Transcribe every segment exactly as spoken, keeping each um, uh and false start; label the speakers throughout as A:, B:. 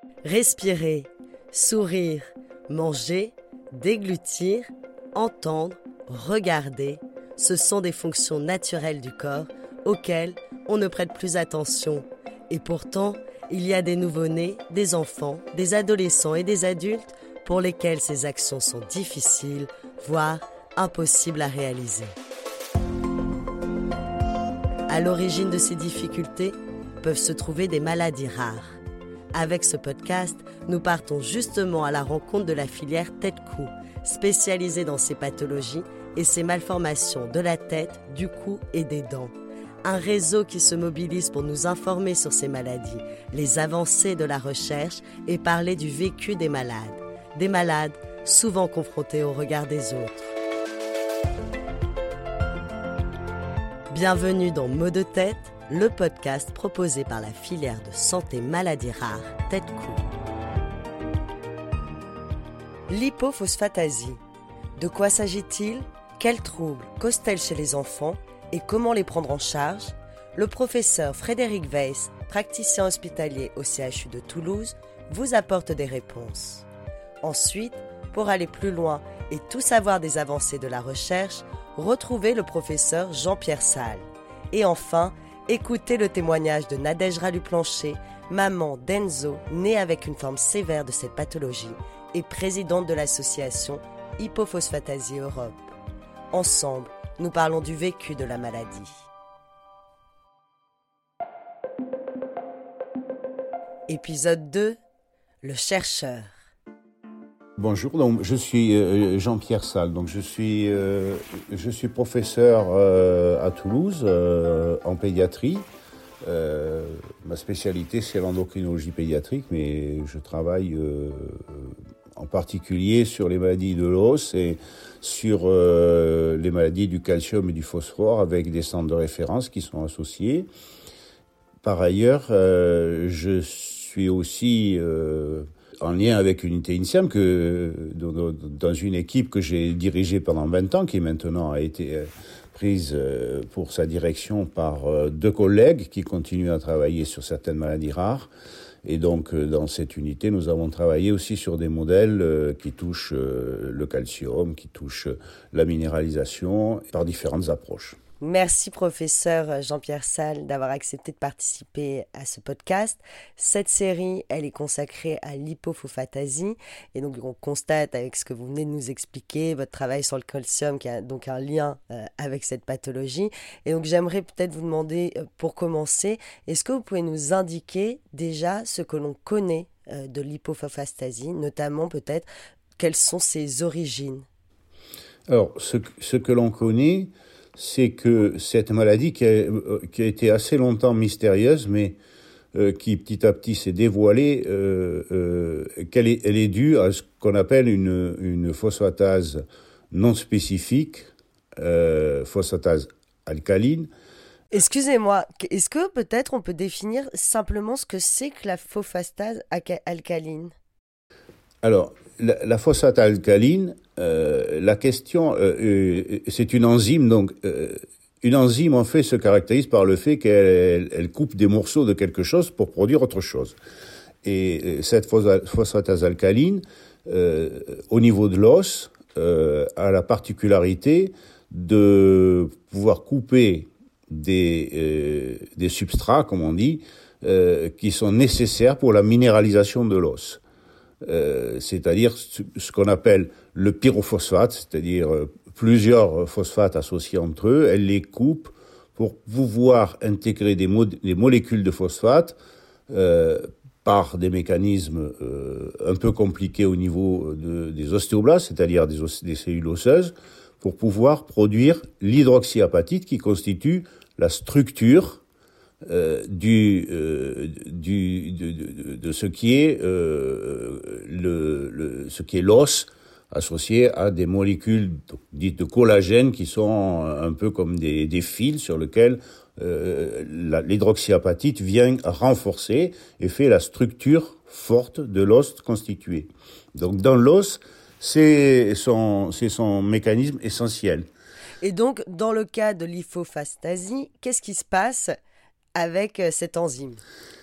A: Respirer, sourire, manger, déglutir, entendre, regarder, ce sont des fonctions naturelles du corps auxquelles on ne prête plus attention. Et pourtant, il y a des nouveau-nés, des enfants, des adolescents et des adultes pour lesquels ces actions sont difficiles, voire impossibles à réaliser. À l'origine de ces difficultés peuvent se trouver des maladies rares. Avec ce podcast, nous partons justement à la rencontre de la filière tête-cou, spécialisée dans ces pathologies et ces malformations de la tête, du cou et des dents. Un réseau qui se mobilise pour nous informer sur ces maladies, les avancées de la recherche et parler du vécu des malades. Des malades souvent confrontés au regard des autres. Bienvenue dans Mots de tête, le podcast proposé par la filière de santé maladies rares tête-cou. L'hypophosphatasie. De quoi s'agit-il ? Quels troubles causent-elles chez les enfants et comment les prendre en charge ? Le professeur Frédéric Weiss, praticien hospitalier au C H U de Toulouse, vous apporte des réponses. Ensuite, pour aller plus loin et tout savoir des avancées de la recherche, retrouvez le professeur Jean-Pierre Salles. Et enfin, écoutez le témoignage de Nadège Ralu-Plancher, maman d'Enzo, née avec une forme sévère de cette pathologie et présidente de l'association Hypophosphatasie Europe. Ensemble, nous parlons du vécu de la maladie. Épisode deux, le chercheur.
B: Bonjour, donc je suis euh, Jean-Pierre Salles, donc je suis euh, je suis professeur euh, à Toulouse euh, en pédiatrie. Euh, ma spécialité c'est l'endocrinologie pédiatrique, mais je travaille euh, en particulier sur les maladies de l'os et sur euh, les maladies du calcium et du phosphore avec des centres de référence qui sont associés. Par ailleurs, euh, je suis aussi euh, en lien avec une unité INSERM que, dans une équipe que j'ai dirigée pendant vingt ans, qui maintenant a été prise pour sa direction par deux collègues qui continuent à travailler sur certaines maladies rares. Et donc, dans cette unité, nous avons travaillé aussi sur des modèles qui touchent le calcium, qui touchent la minéralisation, par différentes approches.
A: Merci professeur Jean-Pierre Salles d'avoir accepté de participer à ce podcast. Cette série, elle est consacrée à l'hypophosphatasie et donc on constate avec ce que vous venez de nous expliquer, votre travail sur le calcium qui a donc un lien euh, avec cette pathologie. Et donc j'aimerais peut-être vous demander, euh, pour commencer, est-ce que vous pouvez nous indiquer déjà ce que l'on connaît euh, de l'hypophosphatasie, notamment peut-être quelles sont ses origines ?
B: Alors, ce, ce que l'on connaît, c'est que cette maladie qui a, qui a été assez longtemps mystérieuse, mais euh, qui petit à petit s'est dévoilée, euh, euh, qu'elle est, elle est due à ce qu'on appelle une, une phosphatase non spécifique, euh, phosphatase alcaline.
A: Excusez-moi, est-ce que peut-être on peut définir simplement ce que c'est que la phosphatase alcaline ?
B: Alors, la, la phosphatase alcaline, euh, la question, euh, euh, c'est une enzyme. Donc, euh, une enzyme, en fait, se caractérise par le fait qu'elle elle coupe des morceaux de quelque chose pour produire autre chose. Et cette phosphatase alcaline, euh, au niveau de l'os, euh, a la particularité de pouvoir couper des, euh, des substrats, comme on dit, euh, qui sont nécessaires pour la minéralisation de l'os. Euh, c'est-à-dire ce qu'on appelle le pyrophosphate, c'est-à-dire euh, plusieurs phosphates associés entre eux. Elle les coupe pour pouvoir intégrer des, mo- des molécules de phosphate euh, par des mécanismes euh, un peu compliqués au niveau de, des ostéoblastes, c'est-à-dire des, os- des cellules osseuses, pour pouvoir produire l'hydroxyapatite qui constitue la structure Euh, du, euh, du de, de, de ce qui est euh, le, le ce qui est l'os associé à des molécules dites de collagène qui sont un peu comme des, des fils sur lesquels euh, la, l'hydroxyapatite vient renforcer et fait la structure forte de l'os constitué. Donc dans l'os, c'est son, c'est son mécanisme essentiel.
A: Et donc, dans le cas de l'hypophosphastasie, qu'est-ce qui se passe avec cette enzyme ?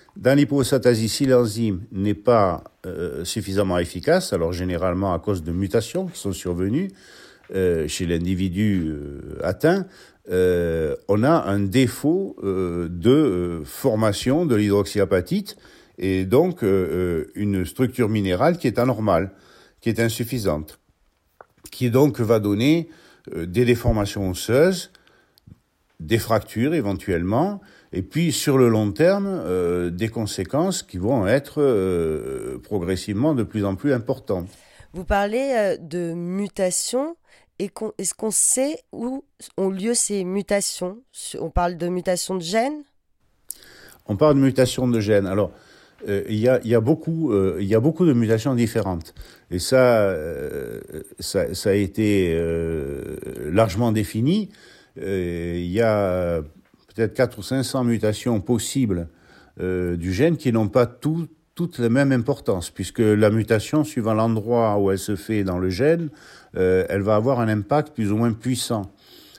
B: Dans l'hypophosphatase, si l'enzyme n'est pas euh, suffisamment efficace, alors généralement à cause de mutations qui sont survenues euh, chez l'individu euh, atteint, euh, on a un défaut euh, de euh, formation de l'hydroxyapatite et donc euh, une structure minérale qui est anormale, qui est insuffisante, qui donc va donner euh, des déformations osseuses, des fractures éventuellement, et puis sur le long terme, euh, des conséquences qui vont être euh, progressivement de plus en plus importantes.
A: Vous parlez euh, de mutations, et qu'on, est-ce qu'on sait où ont lieu ces mutations? On parle de mutations de gènes?
B: On parle de mutations de gènes. Alors, euh, il y a, il y a beaucoup, euh, il y a beaucoup de mutations différentes, et ça, euh, ça, ça a été euh, largement défini. Euh, il y a peut-être quatre ou cinq cents mutations possibles euh, du gène qui n'ont pas tout, toutes la même importance, puisque la mutation, suivant l'endroit où elle se fait dans le gène, euh, elle va avoir un impact plus ou moins puissant.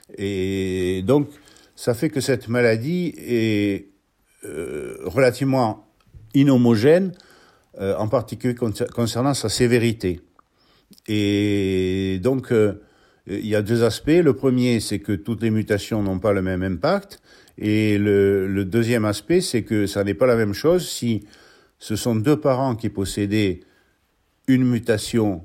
B: Et donc, ça fait que cette maladie est euh, relativement inhomogène, euh, en particulier concernant sa sévérité. Et donc, euh, il y a deux aspects. Le premier, c'est que toutes les mutations n'ont pas le même impact. Et le, le deuxième aspect, c'est que ça n'est pas la même chose si ce sont deux parents qui possédaient une mutation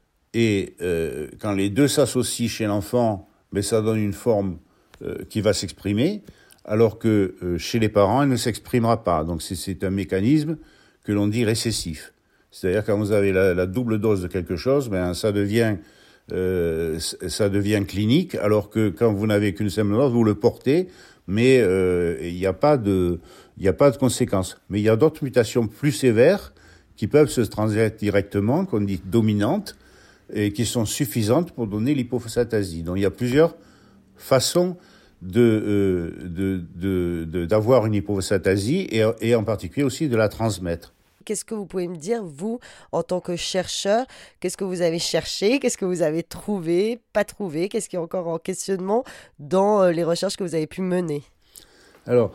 B: et euh, quand les deux s'associent chez l'enfant, ben, ça donne une forme euh, qui va s'exprimer, alors que euh, chez les parents, elle ne s'exprimera pas. Donc c'est, c'est un mécanisme que l'on dit récessif. C'est-à-dire quand vous avez la, la double dose de quelque chose, ben, ça devient... Euh, ça devient clinique, alors que quand vous n'avez qu'une seule dose, vous le portez, mais euh, il n'y a pas de, il n'y a pas de conséquences. Mais il y a d'autres mutations plus sévères qui peuvent se transmettre directement, qu'on dit dominantes, et qui sont suffisantes pour donner l'hypophosphatasie. Donc il y a plusieurs façons de, euh, de, de, de, d'avoir une hypophosphatasie et, et en particulier aussi de la transmettre.
A: Qu'est-ce que vous pouvez me dire, vous, en tant que chercheur, qu'est-ce que vous avez cherché, qu'est-ce que vous avez trouvé, pas trouvé, qu'est-ce qui est encore en questionnement dans les recherches que vous avez pu mener?
B: Alors,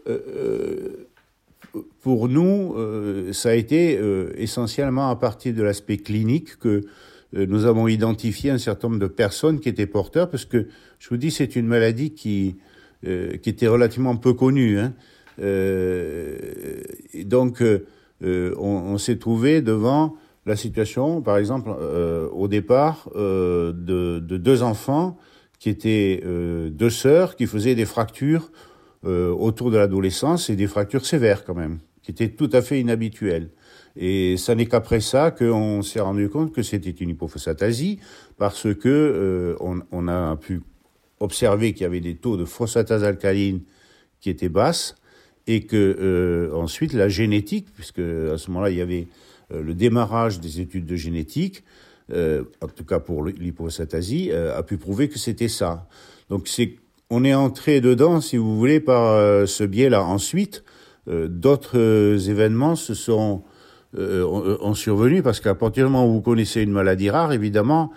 B: euh, pour nous, euh, ça a été euh, essentiellement à partir de l'aspect clinique que euh, nous avons identifié un certain nombre de personnes qui étaient porteurs, parce que, je vous dis, c'est une maladie qui, euh, qui était relativement peu connue. Hein. Euh, et donc, euh, Euh, on, on s'est trouvé devant la situation, par exemple, euh, au départ, euh, de, de deux enfants qui étaient euh, deux sœurs qui faisaient des fractures euh, autour de l'adolescence, et des fractures sévères quand même, qui étaient tout à fait inhabituelles. Et ça n'est qu'après ça qu'on s'est rendu compte que c'était une hypophosphatasie, parce que euh, on, on a pu observer qu'il y avait des taux de phosphatase alcaline qui étaient basses, et que euh, ensuite la génétique, puisque à ce moment-là il y avait euh, le démarrage des études de génétique, euh, en tout cas pour l'hypophosphatasie, euh, a pu prouver que c'était ça. Donc c'est, on est entré dedans, si vous voulez, par euh, ce biais-là. Ensuite, euh, d'autres euh, événements se sont euh, ont, ont survenu, parce qu'à partir du moment où vous connaissez une maladie rare, évidemment,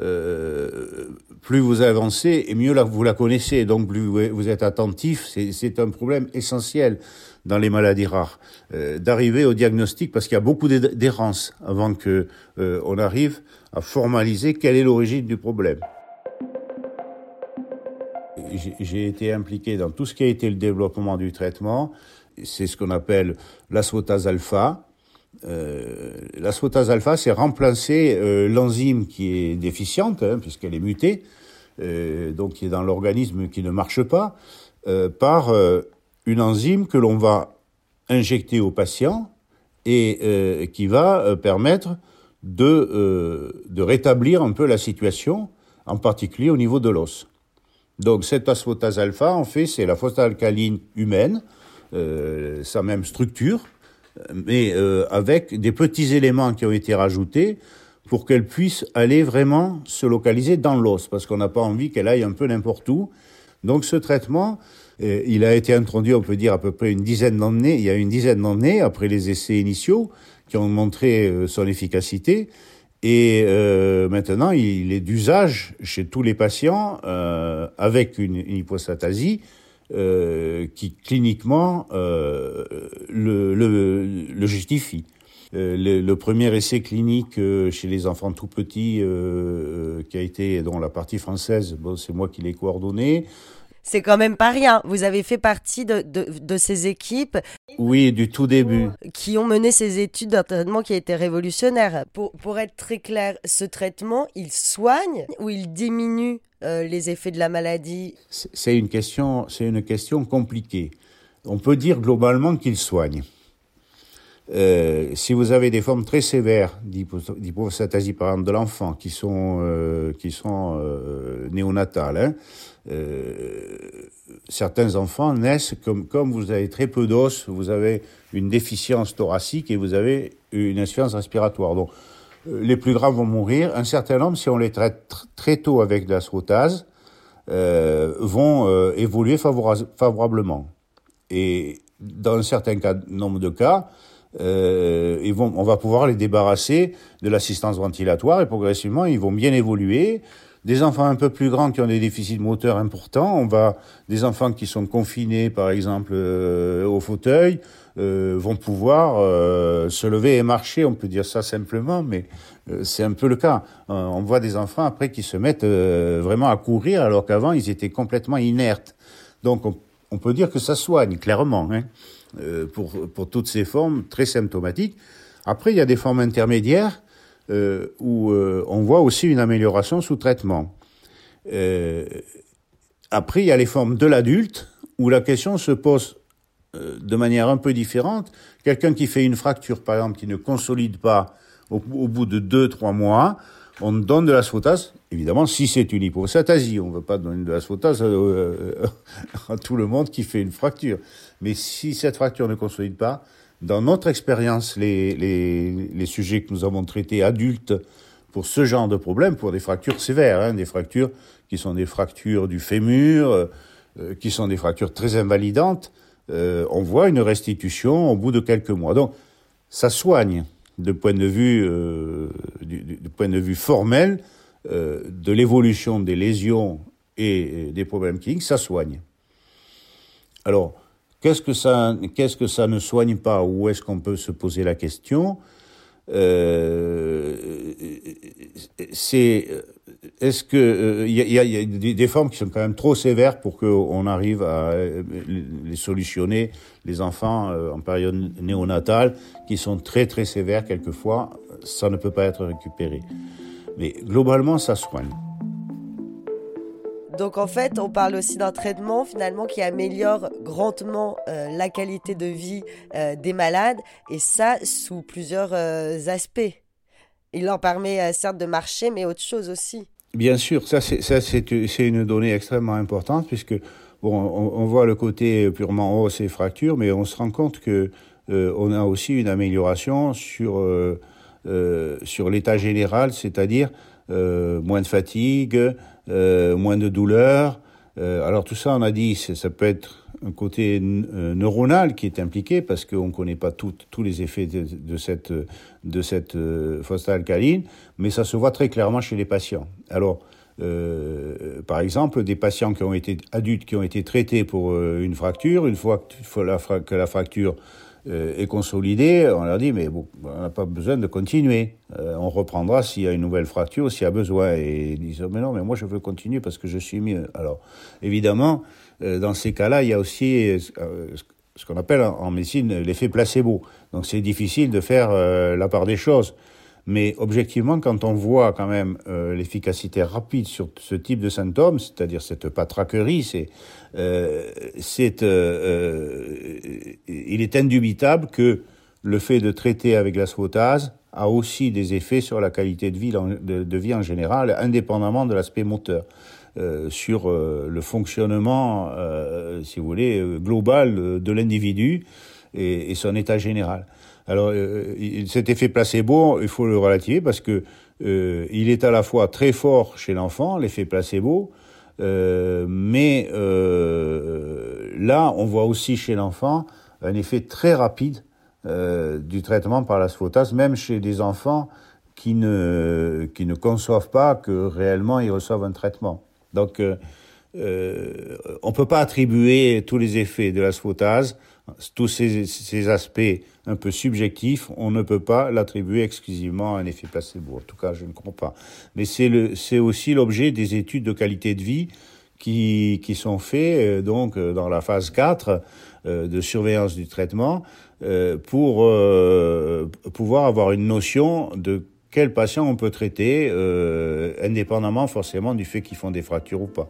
B: Euh, plus vous avancez et mieux la, vous la connaissez, donc plus vous êtes attentif. C'est, c'est un problème essentiel dans les maladies rares, euh, d'arriver au diagnostic, parce qu'il y a beaucoup d'errances avant que euh, on arrive à formaliser quelle est l'origine du problème. J'ai, j'ai été impliqué dans tout ce qui a été le développement du traitement. C'est ce qu'on appelle l'asfotase alpha. Euh, l'asfotase alpha, c'est remplacer euh, l'enzyme qui est déficiente, hein, puisqu'elle est mutée, euh, donc qui est dans l'organisme, qui ne marche pas, euh, par euh, une enzyme que l'on va injecter au patient et euh, qui va euh, permettre de, euh, de rétablir un peu la situation, en particulier au niveau de l'os. Donc cette asfotase alpha, en fait, c'est la phosphate alcaline humaine, euh, sa même structure, mais euh, avec des petits éléments qui ont été rajoutés pour qu'elle puisse aller vraiment se localiser dans l'os, parce qu'on n'a pas envie qu'elle aille un peu n'importe où. Donc ce traitement, euh, il a été introduit, on peut dire, à peu près une dizaine d'années, il y a une dizaine d'années, après les essais initiaux, qui ont montré euh, son efficacité, et euh, maintenant il est d'usage chez tous les patients euh, avec une, une hypophosphatasie, euh, qui cliniquement euh, le, le, le justifient. Euh, le, le premier essai clinique euh, chez les enfants tout petits, euh, qui a été dans la partie française, bon, c'est moi qui l'ai coordonné.
A: C'est quand même pas rien. Vous avez fait partie de, de, de ces équipes.
B: Oui, du tout début.
A: Qui ont mené ces études d'un traitement qui a été révolutionnaire. Pour, pour être très clair, ce traitement, il soigne ou il diminue euh, les effets de la maladie?
B: C'est une question, c'est une question compliquée. On peut dire globalement qu'il soigne. Euh, si vous avez des formes très sévères d'hypophytatasie, par exemple, de l'enfant, qui sont, euh, qui sont euh, néonatales, hein, euh, certains enfants naissent, comme, comme vous avez très peu d'os, vous avez une déficience thoracique et vous avez une insuffisance respiratoire. Donc, euh, les plus graves vont mourir. Un certain nombre, si on les traite tr- très tôt avec de la swotase, euh, vont euh, évoluer favora- favorablement. Et dans un certain cas, nombre de cas, Euh, ils vont, on va pouvoir les débarrasser de l'assistance ventilatoire et progressivement ils vont bien évoluer. Des enfants un peu plus grands qui ont des déficits moteurs importants, on va, des enfants qui sont confinés par exemple euh, au fauteuil euh, vont pouvoir euh, se lever et marcher, on peut dire ça simplement, mais euh, c'est un peu le cas. Euh, on voit des enfants après qui se mettent euh, vraiment à courir alors qu'avant ils étaient complètement inertes. Donc on, on peut dire que ça soigne clairement, hein. Euh, pour, pour toutes ces formes très symptomatiques. Après, il y a des formes intermédiaires euh, où euh, on voit aussi une amélioration sous traitement. Euh, après, il y a les formes de l'adulte où la question se pose euh, de manière un peu différente. Quelqu'un qui fait une fracture, par exemple, qui ne consolide pas au, au bout de deux, trois mois, on donne de la swotase. Évidemment, si c'est une hypophytatasie, on ne veut pas donner de la swotase euh, à tout le monde qui fait une fracture. Mais si cette fracture ne consolide pas, dans notre expérience, les, les, les sujets que nous avons traités adultes pour ce genre de problème, pour des fractures sévères, hein, des fractures qui sont des fractures du fémur, euh, qui sont des fractures très invalidantes, euh, on voit une restitution au bout de quelques mois. Donc, ça soigne. De point de vue, euh, du, du point de vue formel, euh, de l'évolution des lésions et, et des problèmes cliniques, ça soigne. Alors, qu'est-ce que ça, qu'est-ce que ça ne soigne pas? Où est-ce qu'on peut se poser la question? euh, C'est, est-ce que il euh, y, y, a, y a des, des formes qui sont quand même trop sévères pour qu'on arrive à les solutionner? Les enfants euh, en période néonatale qui sont très très sévères quelquefois, ça ne peut pas être récupéré. Mais globalement, ça soigne.
A: Donc en fait, on parle aussi d'un traitement finalement qui améliore grandement euh, la qualité de vie euh, des malades, et ça sous plusieurs euh, aspects. Il leur permet euh, certes de marcher, mais autre chose aussi.
B: Bien sûr, ça c'est, ça c'est, c'est une donnée extrêmement importante puisque bon, on, on voit le côté purement os et fracture, mais on se rend compte que euh, on a aussi une amélioration sur euh, euh, sur l'état général, c'est-à-dire euh, moins de fatigue, euh, moins de douleur. Euh, alors tout ça, on a dit, ça peut être un côté euh, neuronal qui est impliqué parce qu'on ne connaît pas tout, tous les effets de, de cette, de cette euh, phosphatidylcholine, mais ça se voit très clairement chez les patients. Alors, euh, par exemple, des patients qui ont été adultes, qui ont été traités pour euh, une fracture, une fois que la, que la fracture euh, est consolidée, on leur dit, mais bon, on n'a pas besoin de continuer. Euh, on reprendra s'il y a une nouvelle fracture, s'il y a besoin. Et ils disent, mais non, mais moi je veux continuer parce que je suis mieux. Alors, évidemment, euh, dans ces cas-là, il y a aussi euh, ce qu'on appelle en médecine l'effet placebo. Donc c'est difficile de faire euh, la part des choses. Mais objectivement, quand on voit quand même euh, l'efficacité rapide sur ce type de symptômes, c'est-à-dire cette patraquerie, c'est, euh, c'est, euh, euh, il est indubitable que le fait de traiter avec la swotase a aussi des effets sur la qualité de vie, de, de vie en général, indépendamment de l'aspect moteur, euh, sur euh, le fonctionnement, euh, si vous voulez, global de l'individu et, et son état général. Alors, euh, cet effet placebo, il faut le relativiser parce que euh, il est à la fois très fort chez l'enfant, l'effet placebo, euh, mais euh, là, on voit aussi chez l'enfant un effet très rapide euh, du traitement par la swotase, même chez des enfants qui ne qui ne conçoivent pas que réellement ils reçoivent un traitement. Donc, euh, euh, on peut pas attribuer tous les effets de l'asphothase, tous ces, ces aspects un peu subjectifs, on ne peut pas l'attribuer exclusivement à un effet placebo. En tout cas, je ne crois pas. Mais c'est le, c'est aussi l'objet des études de qualité de vie qui, qui sont faites, euh, donc, dans la phase quatre euh, de surveillance du traitement, euh, pour euh, pouvoir avoir une notion de quels patients on peut traiter, euh, indépendamment forcément du fait qu'ils font des fractures ou pas.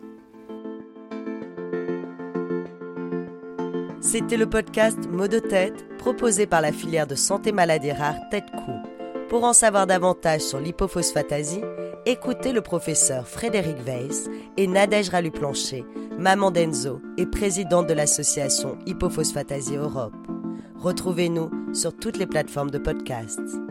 A: C'était le podcast Maux de tête, proposé par la filière de santé maladies rares Tête-Cou. Pour en savoir davantage sur l'hypophosphatasie, écoutez le professeur Frédéric Weiss et Nadège Ralu-Plancher, maman d'Enzo et présidente de l'association Hypophosphatasie Europe. Retrouvez-nous sur toutes les plateformes de podcast.